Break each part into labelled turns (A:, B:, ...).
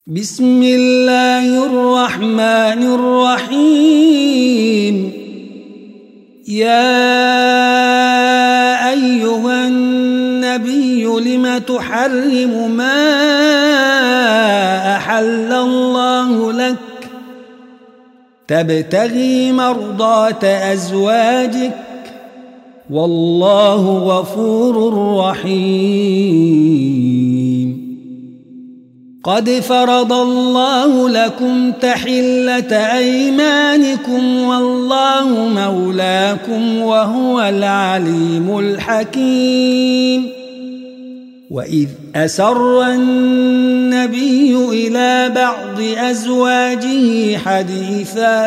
A: بسم الله الرحمن الرحيم. يا أيها النبي لم تحرم ما أحل الله لك تبتغي مرضات أزواجك والله غفور رحيم. قد فرض الله لكم تحلة أيمانكم والله مولاكم وهو العليم الحكيم. وإذ أسر النبي إلى بعض أزواجه حديثا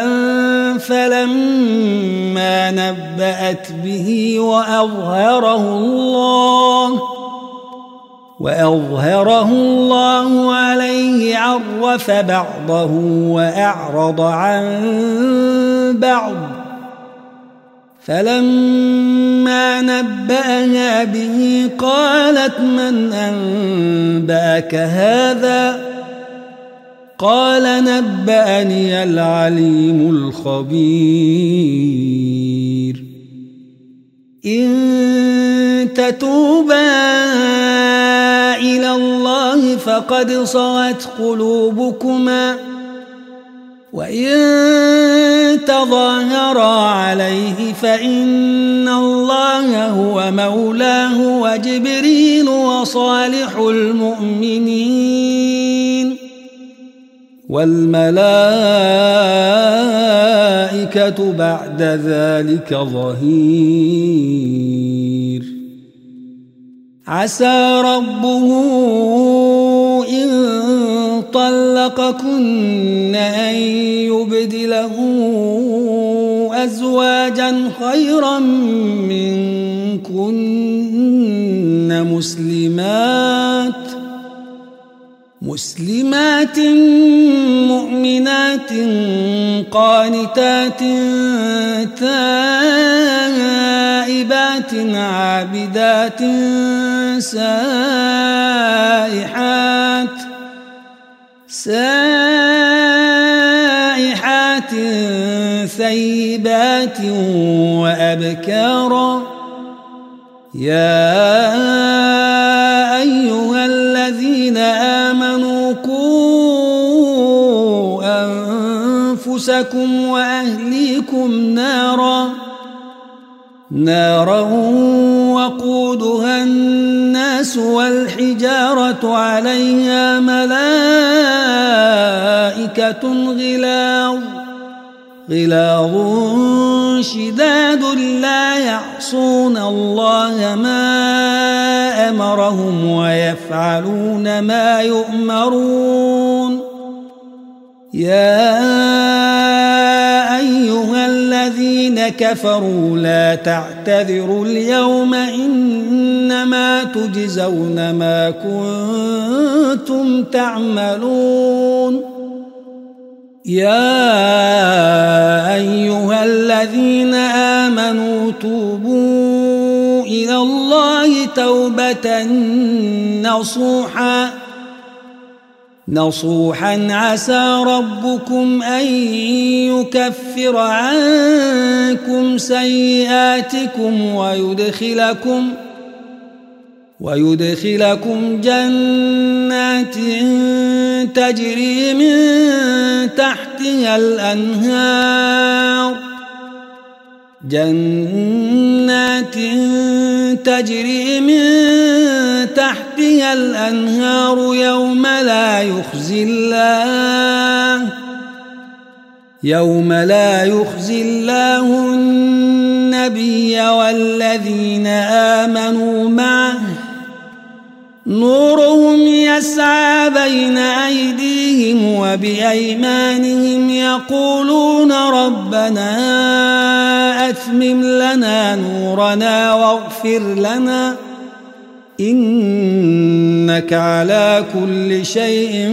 A: فلما نبأت به وأظهره الله عليه عرف بعضه وأعرض عن بعض. فلما نبأها به قالت من أنبأك هذا؟ قال نبأني العليم الخبير. إن تتوبا إلى الله فقد صغت قلوبكما وإن تظاهرا عليه فإن الله هو مولاه وجبريل وصالح المؤمنين والملائكة بعد ذلك ظهير. عسى ربه إن طلقكن أن يبدله أزواجا خيرا منكن مسلمات مؤمنات قانتات تائبات عابدات سائحات ثيبات وأبكارا. يا أيها الذين آمنوا قوا أنفسكم وأهليكم نارا وقودها الناس والحجارة عليها ملائكة غلاظ شداد لا يعصون الله ما أمرهم ويفعلون ما يؤمرون. يا أيها الذين كفروا لا تعتذروا اليوم إنما تجزون ما كنتم تعملون. يا أيها الذين آمنوا توبوا إلى الله توبة نصوحا عسى ربكم أن يكفر عنكم سيئاتكم ويدخلكم جنات تجري من تحتها الأنهار يوم لا يخزي الله النبي والذين آمنوا معه نورهم يسعى بين أيديهم وبأيمانهم يقولون ربنا أتمم لنا نورنا واغفر لنا إنك على كل شيء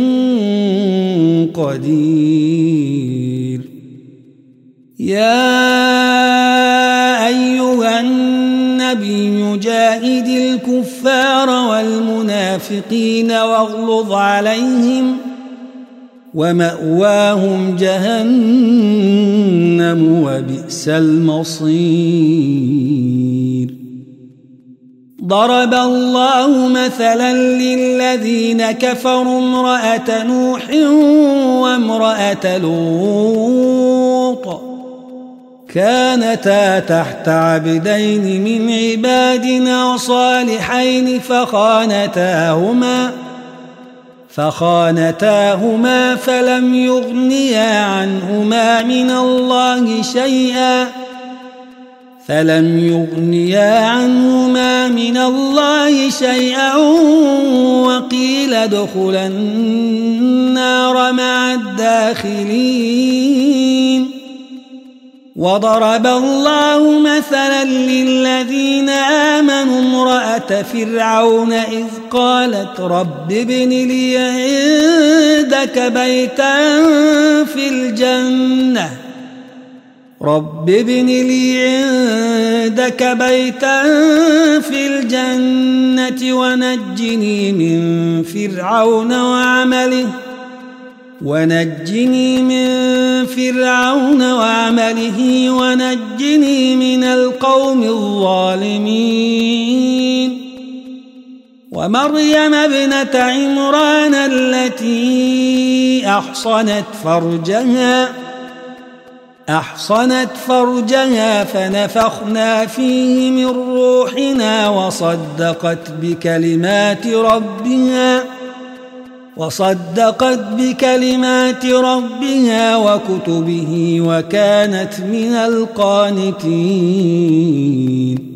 A: قدير. يا أيها النبي جاهد الكفار والمنافقين واغلظ عليهم ومأواهم جهنم وبئس المصير. ضرب الله مثلا للذين كفروا امرأة نوح وامرأة لوط كانتا تحت عبدين من عبادنا صالحين فخانتاهما فلم يغنيا عنهما من الله شيئا وقيل ادخلا النار مع الداخلين. وضرب الله مثلا للذين آمنوا امرأة فرعون إذ قالت رب ابن لي عندك بيتا في الجنة ونجني من فرعون وعمله ونجني من القوم الظالمين. ومريم ابنة عمران التي أحصنت فرجها فنفخنا فيه من روحنا وصدقت بكلمات ربها وكتبه وكانت من القانتين.